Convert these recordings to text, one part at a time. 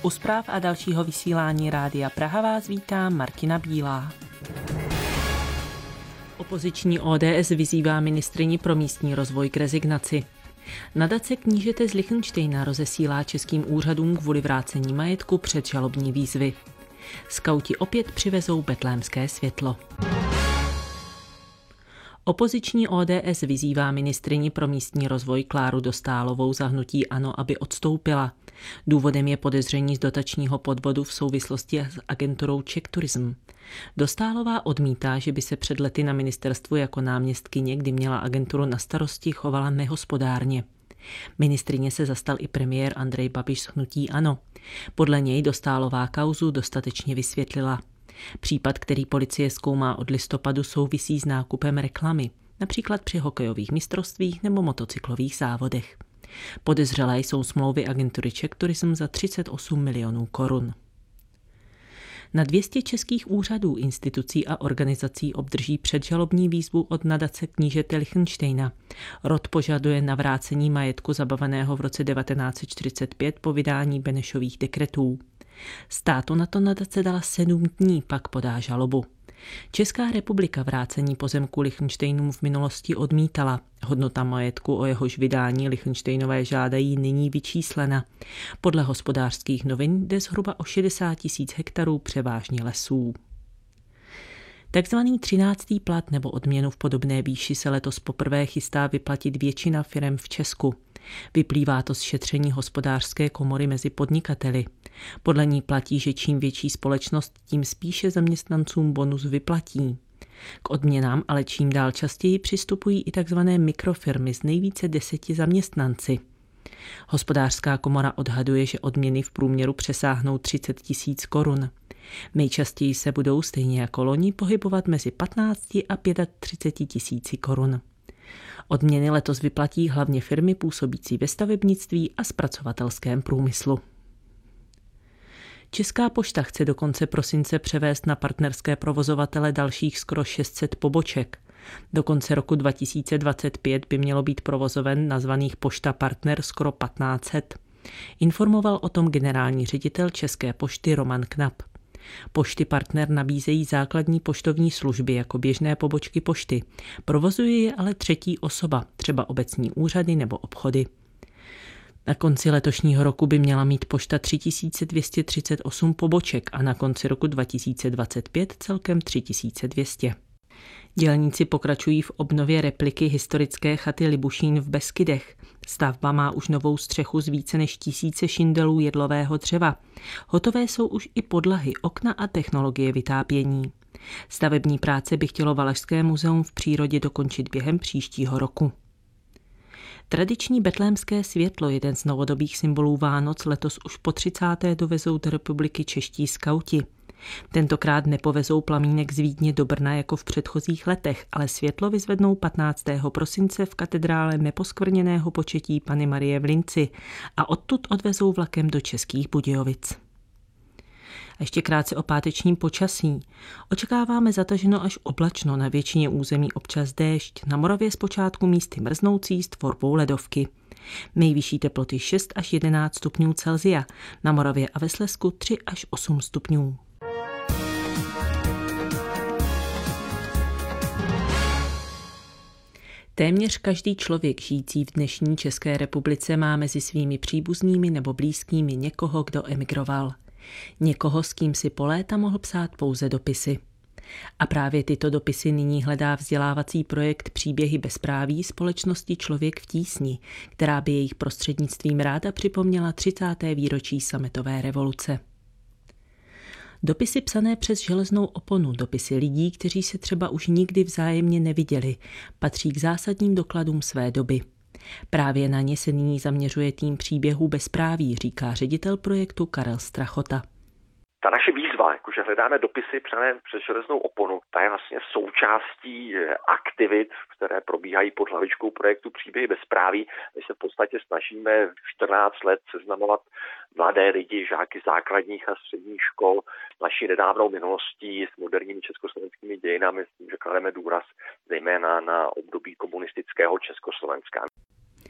U zpráv a dalšího vysílání Rádia Praha vás vítá Martina Bílá. Opoziční ODS vyzývá ministryni pro místní rozvoj k rezignaci. Nadace knížete z Lichtenštejna rozesílá českým úřadům kvůli vrácení majetku předžalobní výzvy. Skauti opět přivezou betlémské světlo. Opoziční ODS vyzývá ministryni pro místní rozvoj Kláru Dostálovou za hnutí ANO, aby odstoupila. Důvodem je podezření z dotačního podvodu v souvislosti s agenturou Czech Tourism. Dostálová odmítá, že by se před lety na ministerstvu jako náměstkyně, kdy měla agenturu na starosti, chovala nehospodárně. Ministryně se zastal i premiér Andrej Babiš z hnutí ANO. Podle něj Dostálová kauzu dostatečně vysvětlila. Případ, který policie zkoumá od listopadu, souvisí s nákupem reklamy, například při hokejových mistrovstvích nebo motocyklových závodech. Podezřelé jsou smlouvy agentury Czech Tourism za 38 milionů korun. Na 200 českých úřadů, institucí a organizací obdrží předžalobní výzvu od nadace knížete Lichtenštejna. Rod požaduje navrácení majetku zabaveného v roce 1945 po vydání Benešových dekretů. Státu na to nadace dala 7 dní, pak podá žalobu. Česká republika vrácení pozemku Lichtenštejnům v minulosti odmítala. Hodnota majetku, o jehož vydání Lichtenštejnové žádají, není vyčíslena. Podle Hospodářských novin jde zhruba o 60 000 hektarů převážně lesů. Takzvaný 13. plat nebo odměnu v podobné výši se letos poprvé chystá vyplatit většina firem v Česku. Vyplývá to z šetření Hospodářské komory mezi podnikateli. Podle ní platí, že čím větší společnost, tím spíše zaměstnancům bonus vyplatí. K odměnám ale čím dál častěji přistupují i tzv. Mikrofirmy s nejvíce 10 zaměstnanci. Hospodářská komora odhaduje, že odměny v průměru přesáhnou 30 000 korun. Nejčastěji se budou stejně jako loni pohybovat mezi 15 a 35 000 korun. Odměny letos vyplatí hlavně firmy působící ve stavebnictví a zpracovatelském průmyslu. Česká pošta chce do konce prosince převést na partnerské provozovatele dalších skoro 600 poboček. Do konce roku 2025 by mělo být provozoven nazvaných Pošta Partner skoro 1500. Informoval o tom generální ředitel České pošty Roman Knap. Pošty Partner nabízejí základní poštovní služby jako běžné pobočky pošty. Provozuje je ale třetí osoba, třeba obecní úřady nebo obchody. Na konci letošního roku by měla mít pošta 3238 poboček a na konci roku 2025 celkem 3200. Dělníci pokračují v obnově repliky historické chaty Libušín v Beskydech. Stavba má už novou střechu z více než 1000 šindelů jedlového dřeva. Hotové jsou už i podlahy, okna a technologie vytápění. Stavební práce by chtělo Valašské muzeum v přírodě dokončit během příštího roku. Tradiční betlémské světlo, jeden z novodobých symbolů Vánoc, letos už po 30. dovezou do republiky čeští skauti. Tentokrát nepovezou plamínek z Vídně do Brna jako v předchozích letech, ale světlo vyzvednou 15. prosince v katedrále Neposkvrněného početí Panny Marie v Linci a odtud odvezou vlakem do Českých Budějovic. A ještě krátce o pátečním počasí. Očekáváme zataženo až oblačno, na většině území občas déšť, na Moravě zpočátku místy mrznoucí s tvorbou ledovky. Nejvyšší teploty 6 až 11 stupňů Celsia, na Moravě a ve Slezsku 3 až 8 stupňů. Téměř každý člověk žijící v dnešní České republice má mezi svými příbuznými nebo blízkými někoho, kdo emigroval. Někoho, s kým si po léta mohl psát pouze dopisy. A právě tyto dopisy nyní hledá vzdělávací projekt Příběhy bezpráví společnosti Člověk v tísni, která by jejich prostřednictvím ráda připomněla 30. výročí sametové revoluce. Dopisy psané přes železnou oponu, dopisy lidí, kteří se třeba už nikdy vzájemně neviděli, patří k zásadním dokladům své doby. Právě na ně se nyní zaměřuje tým Příběhů bezpráví, říká ředitel projektu Karel Strachota. Ta naše výzva, jakože hledáme dopisy psané přes železnou oponu, ta je vlastně součástí aktivit, které probíhají pod hlavičkou projektu Příběhy bezpráví. My se v podstatě snažíme 14 let seznamovat mladé lidi, žáky základních a středních škol s naší nedávnou minulostí, s moderními československými dějinami, s tím, že klademe důraz zejména na období komunistického Československa.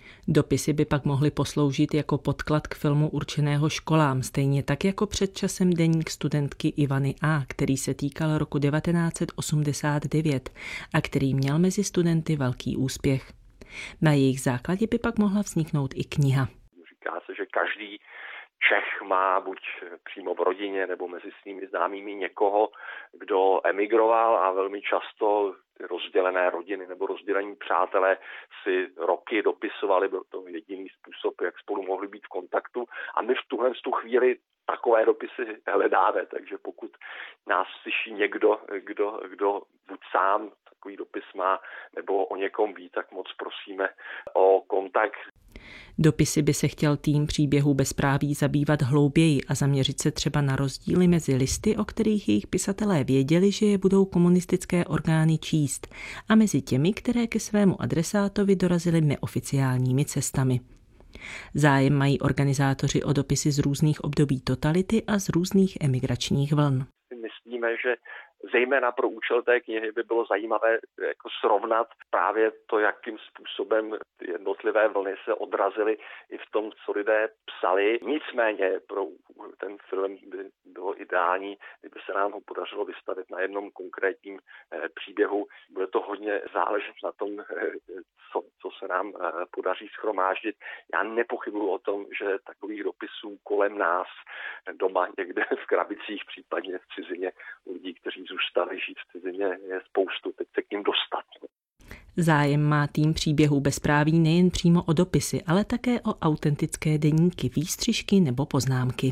Dopisy by pak mohly posloužit jako podklad k filmu určeného školám, stejně tak jako před časem deník studentky Ivany A., který se týkal roku 1989 a který měl mezi studenty velký úspěch. Na jejich základě by pak mohla vzniknout i kniha. Říká se, že každý Čech má buď přímo v rodině nebo mezi svými známými někoho, kdo emigroval, a velmi často rozdělené rodiny nebo rozdělení přátelé si roky dopisovali, byl to jediný způsob, jak spolu mohli být v kontaktu, a my v tuhle chvíli takové dopisy hledáme, takže pokud nás slyší někdo, kdo buď sám takový dopis má, nebo o někom ví, tak moc prosíme o kontakt. Dopisy by se chtěl tým příběhů bezpráví zabývat hlouběji a zaměřit se třeba na rozdíly mezi listy, o kterých jejich pisatelé věděli, že je budou komunistické orgány číst, a mezi těmi, které ke svému adresátovi dorazily neoficiálními cestami. Zájem mají organizátoři o dopisy z různých období totality a z různých emigračních vln. Myslíme, že zejména pro účel té knihy by bylo zajímavé jako srovnat právě to, jakým způsobem jednotlivé vlny se odrazily i v tom, co lidé psali. Nicméně pro ten film by bylo ideální, kdyby se nám ho podařilo vystavit na jednom konkrétním příběhu. Bude to hodně záležet na tom, co se nám podaří shromáždit. Já nepochybuji o tom, že takových dopisů kolem nás doma někde v krabicích, případně v cizině, lidí, kteří zůstali žít v cizině, je spoustu. Teď se k ním dostat. Zájem má tým příběhů bezpráví nejen přímo o dopisy, ale také o autentické deníky, výstřižky nebo poznámky.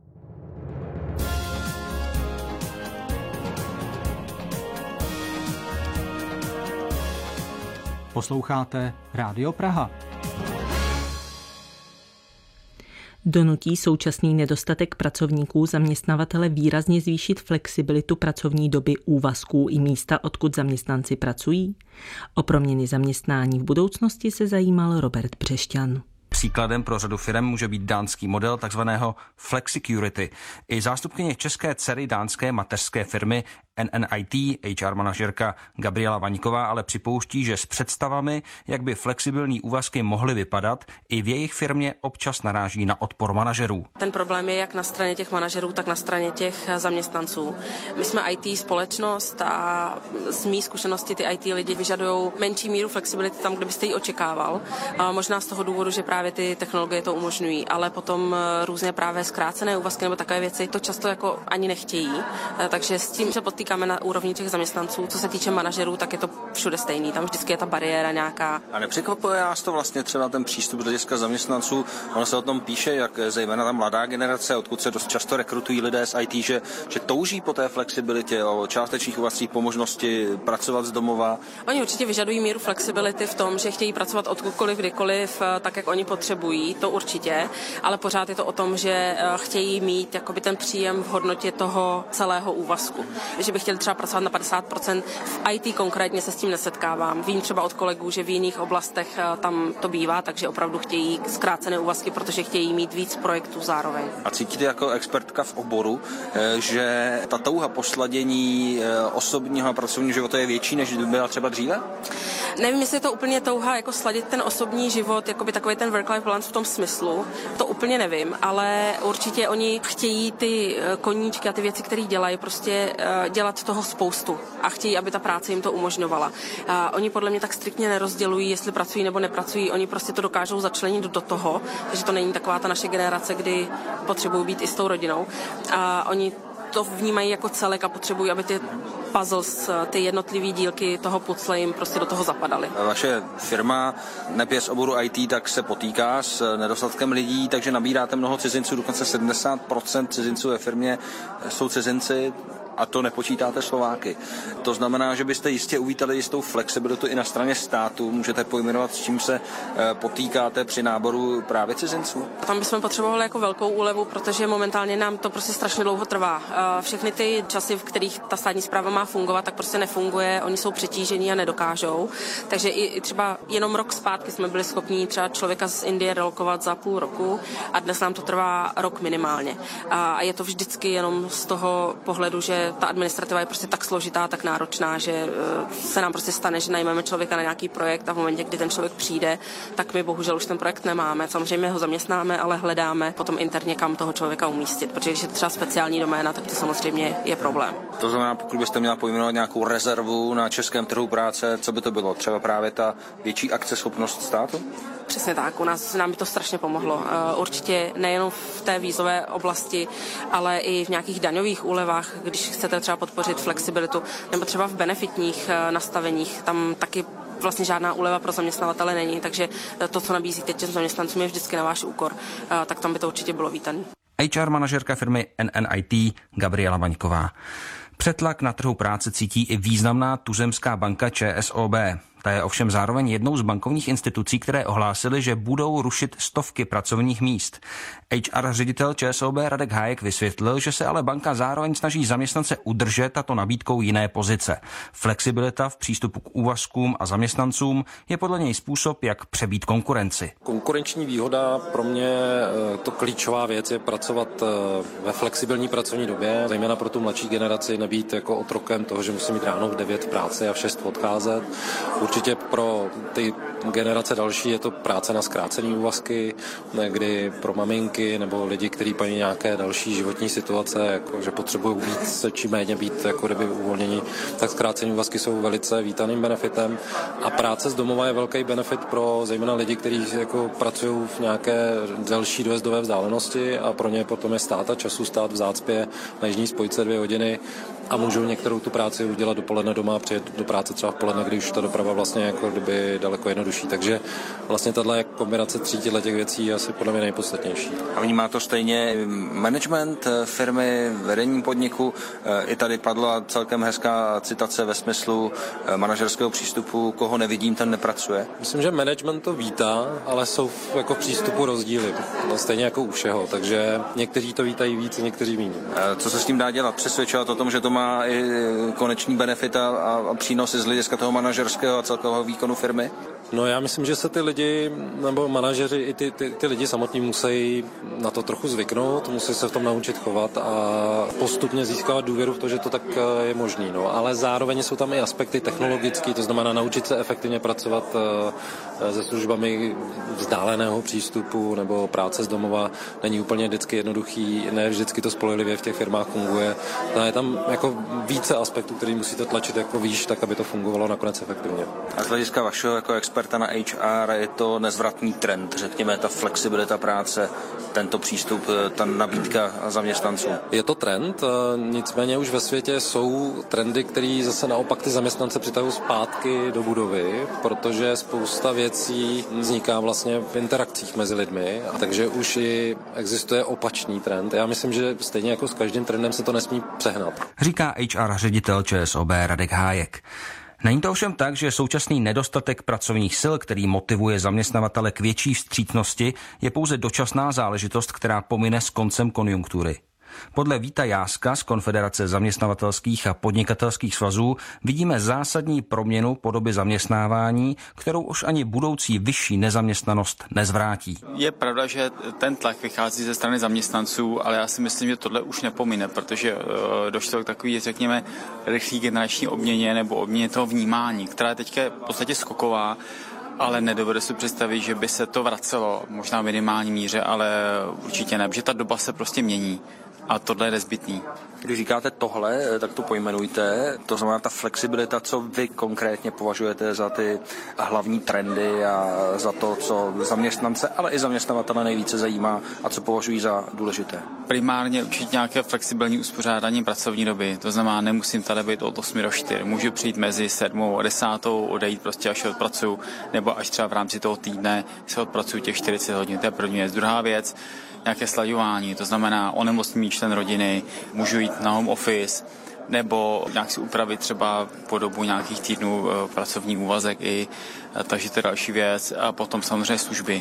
Posloucháte Rádio Praha. Donutí současný nedostatek pracovníků zaměstnavatele výrazně zvýšit flexibilitu pracovní doby, úvazků i místa, odkud zaměstnanci pracují? O proměny zaměstnání v budoucnosti se zajímal Robert Břešťan. Příkladem pro řadu firem může být dánský model takzvaného flexicurity. I zástupkyně české dcery dánské mateřské firmy NNIT, HR manažerka Gabriela Vaňková, ale připouští, že s představami, jak by flexibilní úvazky mohly vypadat, i v jejich firmě občas naráží na odpor manažerů. Ten problém je jak na straně těch manažerů, tak na straně těch zaměstnanců. My jsme IT společnost a z mý zkušenosti ty IT lidi vyžadují menší míru flexibility tam, kde byste ji očekával. A možná z toho důvodu, že právě ty technologie to umožňují, ale potom různě právě zkrácené úvazky nebo takové věci to často jako ani nechtějí. Takže s tím se potýkáme na úrovni těch zaměstnanců. Co se týče manažerů, tak je to všude stejný. Tam vždycky je ta bariéra nějaká. A nepřekvapuje nás to vlastně třeba ten přístup z hlediska zaměstnanců? Ono se o tom píše, jak zejména ta mladá generace, odkud se dost často rekrutují lidé z IT, že touží po té flexibilitě, o částečných úvazcích, po možnosti pracovat z domova. Oni určitě vyžadují míru flexibility v tom, že chtějí pracovat odkudkoliv, kdykoliv, tak jak oni potřebují, to určitě, ale pořád je to o tom, že chtějí mít jakoby ten příjem v hodnotě toho celého úvazku. Že by chtěli třeba pracovat na 50%. V IT konkrétně se s tím nesetkávám. Vím třeba od kolegů, že v jiných oblastech tam to bývá, takže opravdu chtějí zkrácené úvazky, protože chtějí mít víc projektů zároveň. A cítíte jako expertka v oboru, že ta touha po sladění osobního a pracovního života je větší, než byla třeba dříve? Nevím, jestli je to úplně touha jako sladit ten osobní život, jakoby takový ten work-life balance v tom smyslu. To úplně nevím, ale určitě oni chtějí ty koníčky a ty věci, které dělají, prostě dělat toho spoustu a chtějí, aby ta práce jim to umožňovala. Oni podle mě tak striktně nerozdělují, jestli pracují nebo nepracují, oni prostě to dokážou začlenit do toho, takže to není taková ta naše generace, kdy potřebují být i s tou rodinou. A oni to vnímají jako celek a potřebují, aby ty puzzles, ty jednotlivé dílky toho pucle jim prostě do toho zapadaly. Vaše firma nepě z oboru IT, tak se potýká s nedostatkem lidí, takže nabíráte mnoho cizinců, dokonce 70% cizinců ve firmě jsou cizinci. A to nepočítáte Slováky. To znamená, že byste jistě uvítali jistou flexibilitu i na straně státu. Můžete pojmenovat, s čím se potýkáte při náboru právě cizinců? Tam bychom potřebovali jako velkou úlevu, protože momentálně nám to prostě strašně dlouho trvá. Všechny ty časy, v kterých ta státní správa má fungovat, tak prostě nefunguje. Oni jsou přetížení a nedokážou. Takže i třeba jenom rok zpátky jsme byli schopni třeba člověka z Indie relokovat za půl roku a dnes nám to trvá rok minimálně. A je to vždycky jenom z toho pohledu, že protože ta administrativa je prostě tak složitá, tak náročná, že se nám prostě stane, že najmeme člověka na nějaký projekt a v momentě, kdy ten člověk přijde, tak my bohužel už ten projekt nemáme. Samozřejmě ho zaměstnáme, ale hledáme potom interně, kam toho člověka umístit, protože když je třeba speciální doména, tak to samozřejmě je problém. To znamená, pokud byste měla pojmenovat nějakou rezervu na českém trhu práce, co by to bylo? Třeba právě ta větší akceschopnost státu? Přesně tak, nám by to strašně pomohlo. Určitě nejenom v té vízové oblasti, ale i v nějakých daňových úlevách, když chcete třeba podpořit flexibilitu, nebo třeba v benefitních nastaveních, tam taky vlastně žádná úleva pro zaměstnavatele není, takže to, co nabízíte těm zaměstnancům, je vždycky na váš úkor, tak tam by to určitě bylo vítané. HR manažerka firmy NNIT Gabriela Vaňková. Přetlak na trhu práce cítí i významná tuzemská banka ČSOB. Ta je ovšem zároveň jednou z bankovních institucí, které ohlásily, že budou rušit stovky pracovních míst. HR ředitel ČSOB Radek Hájek vysvětlil, že se ale banka zároveň snaží zaměstnance udržet, a to nabídkou jiné pozice. Flexibilita v přístupu k úvazkům a zaměstnancům je podle něj způsob, jak přebít konkurenci. Konkurenční výhoda pro mě, to klíčová věc je pracovat ve flexibilní pracovní době, zejména pro tu mladší generaci nebýt jako otrokem toho, že musí mít ráno v 9 v práci a v 6 odcházet. Určitě pro ty generace další je to práce na zkrácený úvazky, kdy pro maminky nebo lidi, kteří mají nějaké další životní situace, jako že potřebují víc či méně být jako kdyby uvolnění, tak zkrácený úvazky jsou velice vítaným benefitem. A práce z domova je velký benefit pro zejména lidi, kteří jako pracují v nějaké delší dojezdové vzdálenosti a pro ně potom je ztráta času stát v zácpě na jižní spojce 2 hodiny a můžou některou tu práci udělat dopoledne doma a přijet do práce třeba v poledne, když už ta doprava vlastně jako kdyby daleko jednodušší. Takže vlastně tahle kombinace 3 těch věcí je asi podle mě nejpodstatnější. A vnímá to stejně management firmy, vedení podniku. I tady padla celkem hezká citace ve smyslu manažerského přístupu, koho nevidím, ten nepracuje. Myslím, že management to vítá, ale jsou jako v přístupu rozdíly. Stejně jako u všeho, takže někteří to vítají víc, někteří méně. Co se s tím dá dělat? Přesvědčovat o tom, že to má i konečný benefit a přínosy z hlediska toho manažerského a celkového výkonu firmy? No já myslím, že se ty lidi, nebo manažeři i ty lidi samotní musí na to trochu zvyknout, musí se v tom naučit chovat a postupně získávat důvěru v to, že to tak je možný. No. Ale zároveň jsou tam i aspekty technologické, to znamená naučit se efektivně pracovat se službami vzdáleného přístupu nebo práce z domova. Není úplně vždycky jednoduchý, ne vždycky to spolehlivě v těch firmách funguje. No, je tam jako více aspektů, který musíte tlačit jako výš, tak aby to fungovalo nakonec efektivně. A z hlediska vašeho jako experta na HR je to nezvratný trend, řekněme, ta flexibilita práce, tento přístup, ta nabídka zaměstnanců. Je to trend, nicméně už ve světě jsou trendy, které zase naopak ty zaměstnance přitahují zpátky do budovy, protože spousta věcí vzniká vlastně v interakcích mezi lidmi, takže už i existuje opačný trend. Já myslím, že stejně jako s každým trendem se to nesmí přehnat. Říká HR ředitel ČSOB Radek Hájek. Není to ovšem tak, že současný nedostatek pracovních sil, který motivuje zaměstnavatele k větší vstřícnosti, je pouze dočasná záležitost, která pomine s koncem konjunktury. Podle Víta Jáska z Konfederace zaměstnavatelských a podnikatelských svazů vidíme zásadní proměnu podoby zaměstnávání, kterou už ani budoucí vyšší nezaměstnanost nezvrátí. Je pravda, že ten tlak vychází ze strany zaměstnanců, ale já si myslím, že tohle už nepomine, protože došlo k takový, řekněme, rychlý generační obměně nebo obměně toho vnímání, která je teďka v podstatě skoková, ale nedovedu si představit, že by se to vracelo, možná v minimální míře, ale určitě ne, protože ta doba se prostě mění. A tohle je nezbytný. Když říkáte tohle, tak to pojmenujte. To znamená ta flexibilita, co vy konkrétně považujete za ty hlavní trendy a za to, co zaměstnance, ale i zaměstnavatele nejvíce zajímá a co považují za důležité. Primárně určitě nějaké flexibilní uspořádání pracovní doby. To znamená, nemusím tady být od 8 do 4. Můžu přijít mezi 7 a 10, odejít prostě až odpracuju, nebo až třeba v rámci toho týdne se odpracuju těch 40 hodin. To je první věc. Druhá věc, nějaké slaďování, to znamená onemocněný člen rodiny, můžu jít na home office, nebo nějak si upravit třeba po dobu nějakých týdnů pracovní úvazek i, takže to je další věc. A potom samozřejmě služby,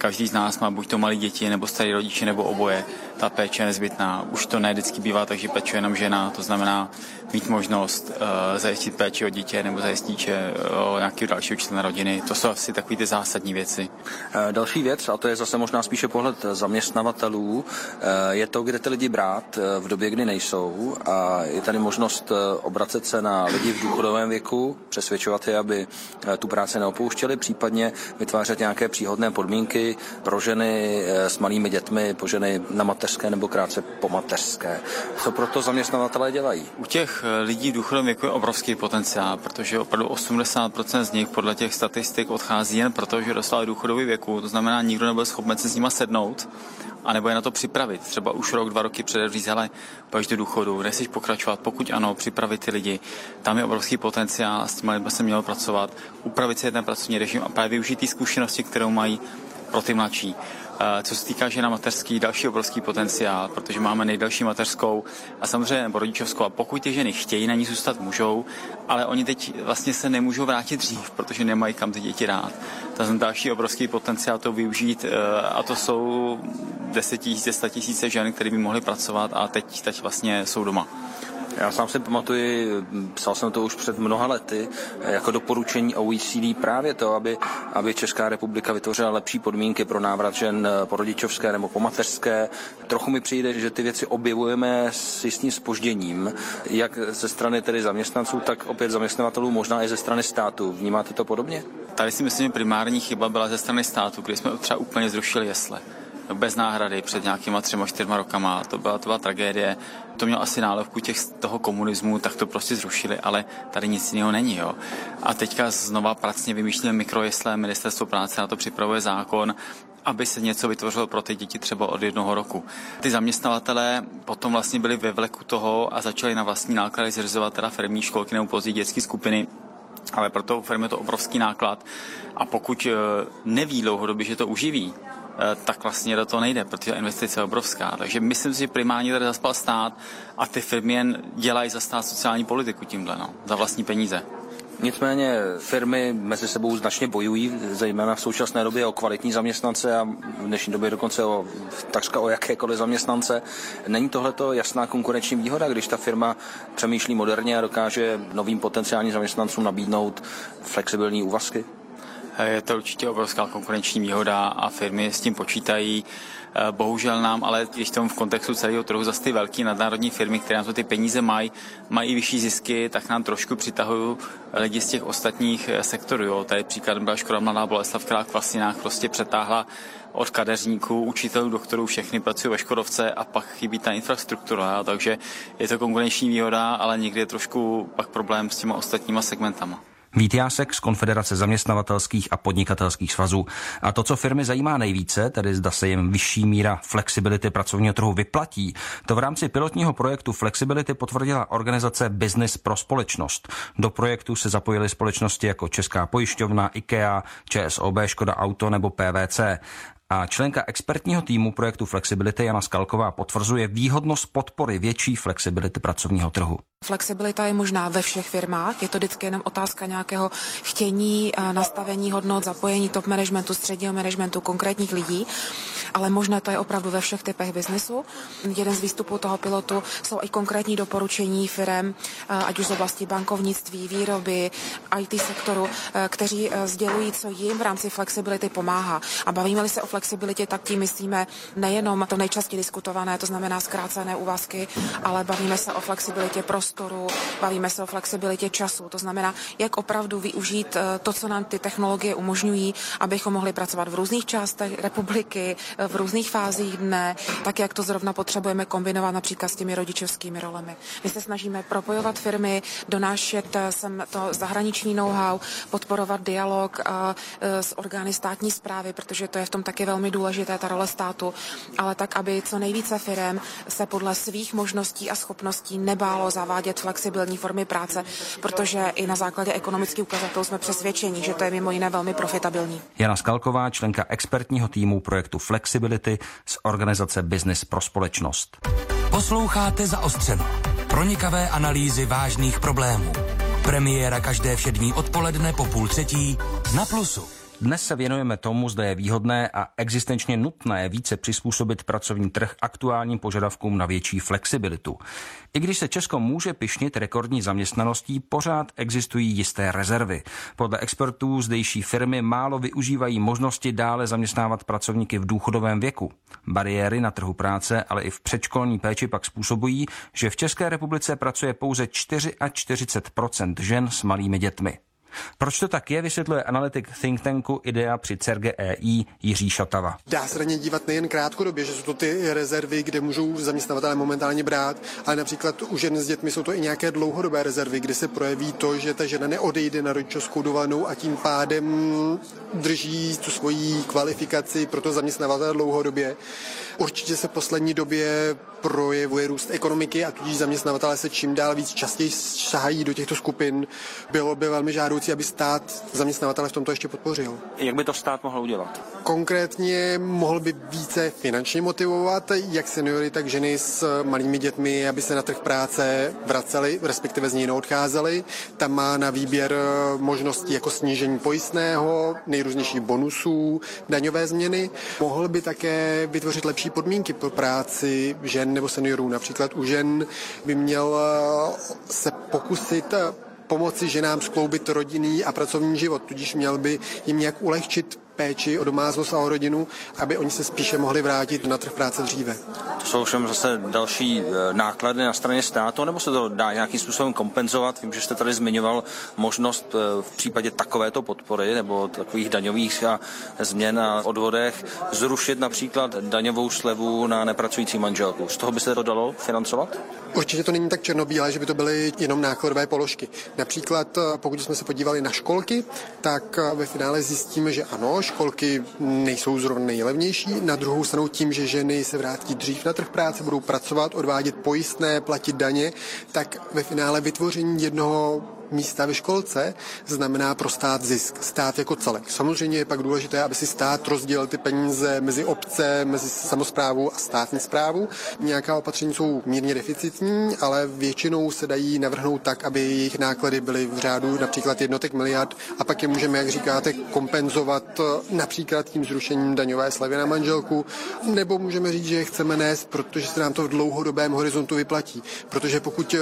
každý z nás má buď to malé děti, nebo starý rodiče, nebo oboje. Ta péče je nezbytná. Už to ne vždycky bývá, takže pečuje jenom žena. To znamená mít možnost zajistit péči o dítě nebo zajistit o nějakého dalšího člena rodiny. To jsou asi takové ty zásadní věci. Další věc, a to je zase možná spíše pohled zaměstnavatelů, je to, kde ty lidi brát v době, kdy nejsou. A je tady možnost obracet se na lidi v důchodovém věku, přesvědčovat je, aby tu práci neopouštěli, případně vytvářet nějaké příhodné podmínky pro ženy s malými dětmi, po ženy na mateřské nebo krátce po mateřské. Co proto zaměstnavatelé dělají? U těch lidí v důchodovém věku je obrovský potenciál, protože opravdu 80% z nich podle těch statistik odchází jen proto, že dostali důchodový věku. To znamená, nikdo nebyl schopen se s nima sednout a nebo je na to připravit. Třeba už rok, 2 roky přede říct, ale pojď do důchodu, nechceš pokračovat, pokud ano, připravit ty lidi. Tam je obrovský potenciál, s těmi lidmi se mělo pracovat, upravit si ten pracovní režim a právě využít ty zkušenosti, kterou mají pro ty mladší. Co se týká žena mateřský, další obrovský potenciál, protože máme nejdelší mateřskou a samozřejmě nebo rodičovskou. A pokud ty ženy chtějí, na ní zůstat můžou, ale oni teď vlastně se nemůžou vrátit dřív, protože nemají kam ty děti dát. To je další obrovský potenciál to využít a to jsou 10 000, 100 000 žen, které by mohly pracovat a teď vlastně jsou doma. Já sám si pamatuji, psal jsem to už před mnoha lety, jako doporučení OECD právě to, aby Česká republika vytvořila lepší podmínky pro návrat žen po rodičovské nebo po mateřské. Trochu mi přijde, že ty věci objevujeme s jistým zpožděním, jak ze strany tedy zaměstnanců, tak opět zaměstnavatelů, možná i ze strany státu. Vnímáte to podobně? Tady si myslím, že primární chyba byla ze strany státu, kdy jsme třeba úplně zrušili jesle. Bez náhrady před nějakýma 3-4 rokama. To byla tragédie. To mělo asi nálepku toho komunismu, tak to prostě zrušili, ale tady nic jiného není. Jo. A teďka znova pracně vymýšlíme mikrojesle, ministerstvo práce na to připravuje zákon, aby se něco vytvořilo pro ty děti třeba od 1 roku. Ty zaměstnavatelé potom vlastně byli ve vleku toho a začali na vlastní náklady zřizovat teda firmní školky nebo později dětské skupiny. Ale pro to firmy je to obrovský náklad a pokud neví dlouhodobě, že to uživí, tak vlastně do toho nejde, protože investice je obrovská. Takže myslím si, že primárně tady zaspal stát a ty firmy jen dělají za stát sociální politiku tímhle, za vlastní peníze. Nicméně firmy mezi sebou značně bojují, zejména v současné době o kvalitní zaměstnance a v dnešní době dokonce takřka o jakékoliv zaměstnance. Není tohleto jasná konkurenční výhoda, když ta firma přemýšlí moderně a dokáže novým potenciálním zaměstnancům nabídnout flexibilní úvazky? Je to určitě obrovská konkurenční výhoda a firmy s tím počítají. Bohužel nám, ale když tomu v kontextu celého trhu zase ty velké nadnárodní firmy, které nám to ty peníze mají i vyšší zisky, tak nám trošku přitahují lidi z těch ostatních sektorů. Jo. Tady příklad byla Škoda Mladá Boleslav, která v Klasinách prostě přetáhla od kadeřníků, učitelů, doktorů, všechny pracují ve Škodovce a pak chybí ta infrastruktura. Takže je to konkurenční výhoda, ale někdy je trošku pak problém s těma ostatníma segmentama. Vít Jásek z Konfederace zaměstnavatelských a podnikatelských svazů. A to, co firmy zajímá nejvíce, tedy zda se jim vyšší míra flexibility pracovního trhu vyplatí, to v rámci pilotního projektu Flexibility potvrdila organizace Business pro společnost. Do projektu se zapojily společnosti jako Česká pojišťovna, IKEA, ČSOB, Škoda Auto nebo PVC. A členka expertního týmu projektu Flexibility Jana Skalková potvrzuje výhodnost podpory větší flexibility pracovního trhu. Flexibilita je možná ve všech firmách, je to vždycky jenom otázka nějakého chtění, nastavení hodnot, zapojení top managementu, středního managementu, konkrétních lidí, ale možná to je opravdu ve všech typech biznesu. Jeden z výstupů toho pilotu jsou i konkrétní doporučení firem, ať už z oblasti bankovnictví, výroby, IT sektoru, kteří sdělují, co jim v rámci flexibility pomáhá. A bavíme-li se o flexibilitě, tak tím myslíme nejenom to nejčastěji diskutované, to znamená zkrácené úvazky, ale bavíme se o flexibilitě prostoru, bavíme se o flexibilitě času, to znamená, jak opravdu využít to, co nám ty technologie umožňují, abychom mohli pracovat v různých částech republiky, v různých fázích dne, tak jak to zrovna potřebujeme kombinovat například s těmi rodičovskými rolemi. My se snažíme propojovat firmy, donášet sem to zahraniční know-how, podporovat dialog s orgány státní správy, protože to je v tom taky velmi důležité, ta role státu, ale tak, aby co nejvíce firem se podle svých možností a schopností nebálo zavádět flexibilní formy práce, protože i na základě ekonomických ukazatelů jsme přesvědčeni, že to je mimo jiné velmi profitabilní. Jana Skalková, členka expertního týmu projektu Flexibility z organizace Business pro společnost. Posloucháte Zaostřeno. Pronikavé analýzy vážných problémů. Premiéra každé všední odpoledne po 2:30 na Plusu. Dnes se věnujeme tomu, zda je výhodné a existenčně nutné více přizpůsobit pracovní trh aktuálním požadavkům na větší flexibilitu. I když se Česko může pyšnit rekordní zaměstnaností, pořád existují jisté rezervy. Podle expertů zdejší firmy málo využívají možnosti dále zaměstnávat pracovníky v důchodovém věku. Bariéry na trhu práce, ale i v předškolní péči pak způsobují, že v České republice pracuje pouze 44% žen s malými dětmi. Proč to tak je, vysvětluje analytik think tanku IDEA při CERGE EI Jiří Šatava. Dá se na ně dívat nejen krátkodobě, že jsou to ty rezervy, kde můžou zaměstnavatelé momentálně brát, ale například u žen s dětmi jsou to i nějaké dlouhodobé rezervy, kde se projeví to, že ta žena neodejde na rodičovskou dovolenou a tím pádem drží tu svoji kvalifikaci pro to zaměstnavatele dlouhodobě. Určitě se v poslední době projevuje růst ekonomiky a tudíž zaměstnavatelé se čím dál víc častěji šahají do těchto skupin. Bylo by velmi žádoucí, aby stát zaměstnavatele v tomto ještě podpořil. Jak by to stát mohl udělat? Konkrétně mohl by více finančně motivovat jak seniory, tak ženy s malými dětmi, aby se na trh práce vraceli, respektive z něj neodcházeli. Tam má na výběr možností jako snížení pojistného, nejrůznějších bonusů, daňové změny. Mohl by také vytvořit lepší podmínky pro práci žen nebo seniorů. Například u žen by měl se pokusit pomoci ženám skloubit rodinný a pracovní život, tudíž měl by jim nějak ulehčit péči o domácnost a o rodinu, aby oni se spíše mohli vrátit na trh práce dříve. To jsou všem zase další náklady na straně státu, nebo se to dá nějakým způsobem kompenzovat? Vím, že jste tady zmiňoval možnost v případě takovéto podpory nebo takových daňových změn a odvodech zrušit například daňovou slevu na nepracující manželku. Z toho by se to dalo financovat? Určitě to není tak černobílé, že by to byly jenom nákladové položky. Například, pokud jsme se podívali na školky, tak ve finále zjistíme, že ano, školky nejsou zrovna nejlevnější. Na druhou stranu tím, že ženy se vrátí dřív na trh práce, budou pracovat, odvádět pojistné, platit daně, tak ve finále vytvoření jednoho místa ve školce znamená pro stát zisk. Stát jako celek. Samozřejmě je pak důležité, aby si stát rozdělil ty peníze mezi obce, mezi samosprávu a státní správu. Nějaká opatření jsou mírně deficitní, ale většinou se dají navrhnout tak, aby jejich náklady byly v řádu například jednotek miliard a pak je můžeme, jak říkáte, kompenzovat například tím zrušením daňové slevy na manželku, nebo můžeme říct, že je chceme nést, protože se nám to v dlouhodobém horizontu vyplatí. Protože pokud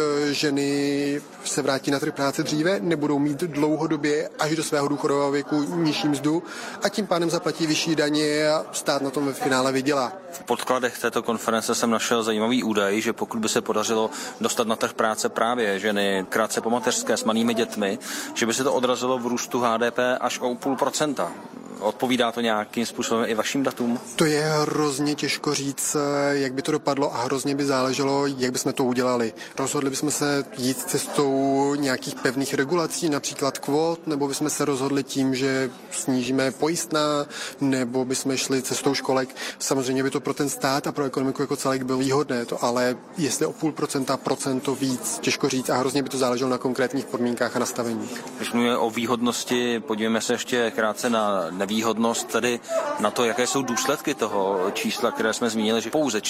ženy se vrátí na trh práce dříve, nebudou mít dlouhodobě až do svého důchodového věku nižší mzdu a tím pádem zaplatí vyšší daně a stát na tom ve finále vydělá. V podkladech této konference jsem našel zajímavý údaj, že pokud by se podařilo dostat na trh práce právě ženy krátce po mateřské s malými dětmi, že by se to odrazilo v růstu HDP až o 0,5%. Odpovídá to nějakým způsobem i vašim datům? To je hrozně těžko říct, jak by to dopadlo a hrozně by záleželo, jak bychom to udělali. Rozhodli bychom se jít cestou nějakých pevných regulací, například kvót, nebo bychom se rozhodli tím, že snížíme pojistná, nebo bychom šli cestou školek. Samozřejmě by to pro ten stát a pro ekonomiku jako celek bylo výhodné, ale jestli o 0,5%, procento víc, těžko říct a hrozně by to záleželo na konkrétních podmínkách a nastavení. Když mluvíme o výhodnosti, podívejme se ještě krátce na nevýhodnost, tedy na to, jaké jsou důsledky toho čísla, které jsme zmínili, že pouze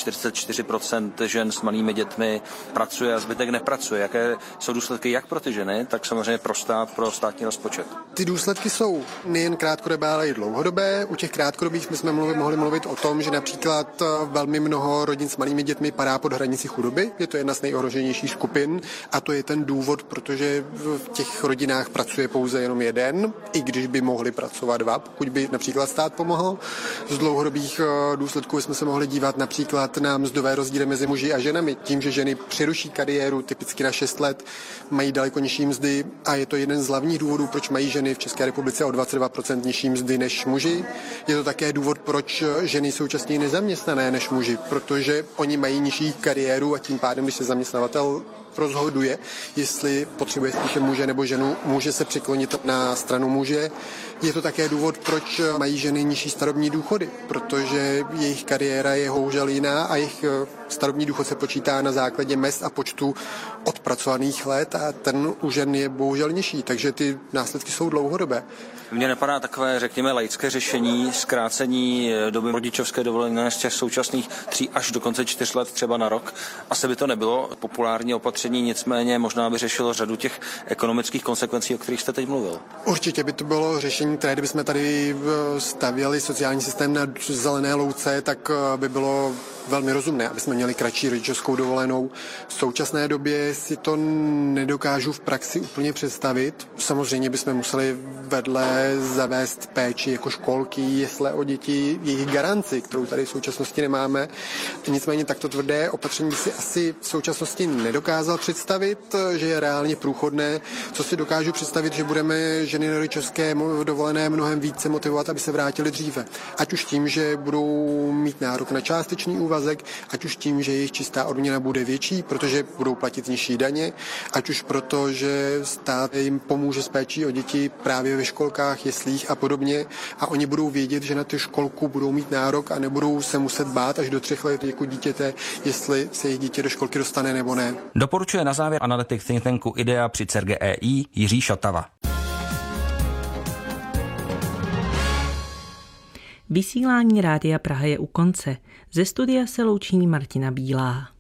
44% žen s malými dětmi pracuje a zbytek nepracuje. Jaké jsou důsledky jak pro ty ženy, tak samozřejmě pro stát, pro státní rozpočet? Ty důsledky jsou nejen krátkodobé, ale i dlouhodobé. U těch krátkodobých jsme mohli mluvit o tom, že například velmi mnoho rodin s malými dětmi padá pod hranici chudoby. Je to jedna z nejohroženějších skupin a to je ten důvod, protože v těch rodinách pracuje pouze jenom jeden, i když by mohli pracovat dva, pokud by například stát pomohl. Z dlouhodobých důsledků jsme se mohli dívat například na mzdové rozdíly mezi muži a ženami. Tím, že ženy přeruší kariéru typicky na 6 let, mají daleko nižší mzdy a je to jeden z hlavních důvodů, proč mají ženy v České republice o 22% nižší mzdy než muži. Je to také důvod, proč ženy jsou častěji nezaměstnané než muži, protože oni mají nižší kariéru a tím pádem, když se zaměstnavatel rozhoduje, jestli potřebuje spíše muže nebo ženu, může se přiklonit na stranu muže. Je to také důvod, proč mají ženy nižší starobní důchody, protože jejich kariéra je bohužel jiná a jejich starobní důchod se počítá na základě mezd a počtu odpracovaných let a ten u žen je bohužel nižší, takže ty následky jsou dlouhodobé. Mně napadá takové, řekněme, laické řešení, zkrácení doby rodičovské dovolené z těch současných 3 až dokonce 4 let třeba na rok. Asi by to nebylo populární opatření, opatření, nicméně možná by řešilo řadu těch ekonomických konsekvencí, o kterých jste teď mluvil. Určitě by to bylo řešení, které kdybychom tady stavěli sociální systém na zelené louce, tak by bylo velmi rozumné, aby jsme měli kratší rodičovskou dovolenou. V současné době si to nedokážu v praxi úplně představit. Samozřejmě bychom museli vedle zavést péči jako školky, jesle o děti, jejich garanci, kterou tady v současnosti nemáme. Nicméně takto tvrdé opatření si asi v současnosti nedokázal představit, že je reálně průchodné. Co si dokážu představit, že budeme ženy na rodičovské dovolené mnohem více motivovat, aby se vrátily dříve. Ať už tím, že budou mít nárok na částečný úvazek, ať už tím, že jejich čistá odměna bude větší, protože budou platit nižší daně, ať už proto, že stát jim pomůže s péčí o děti právě ve školkách, jeslích a podobně a oni budou vědět, že na tu školku budou mít nárok a nebudou se muset bát až do 3 let jako dítěte, jestli se jejich dítě do školky dostane nebo ne. Doporučuje na závěr analytik think tanku IDEA při CERGEI Jiří Šotava. Vysílání Rádia Praha je u konce. Ze studia se loučí Martina Bílá.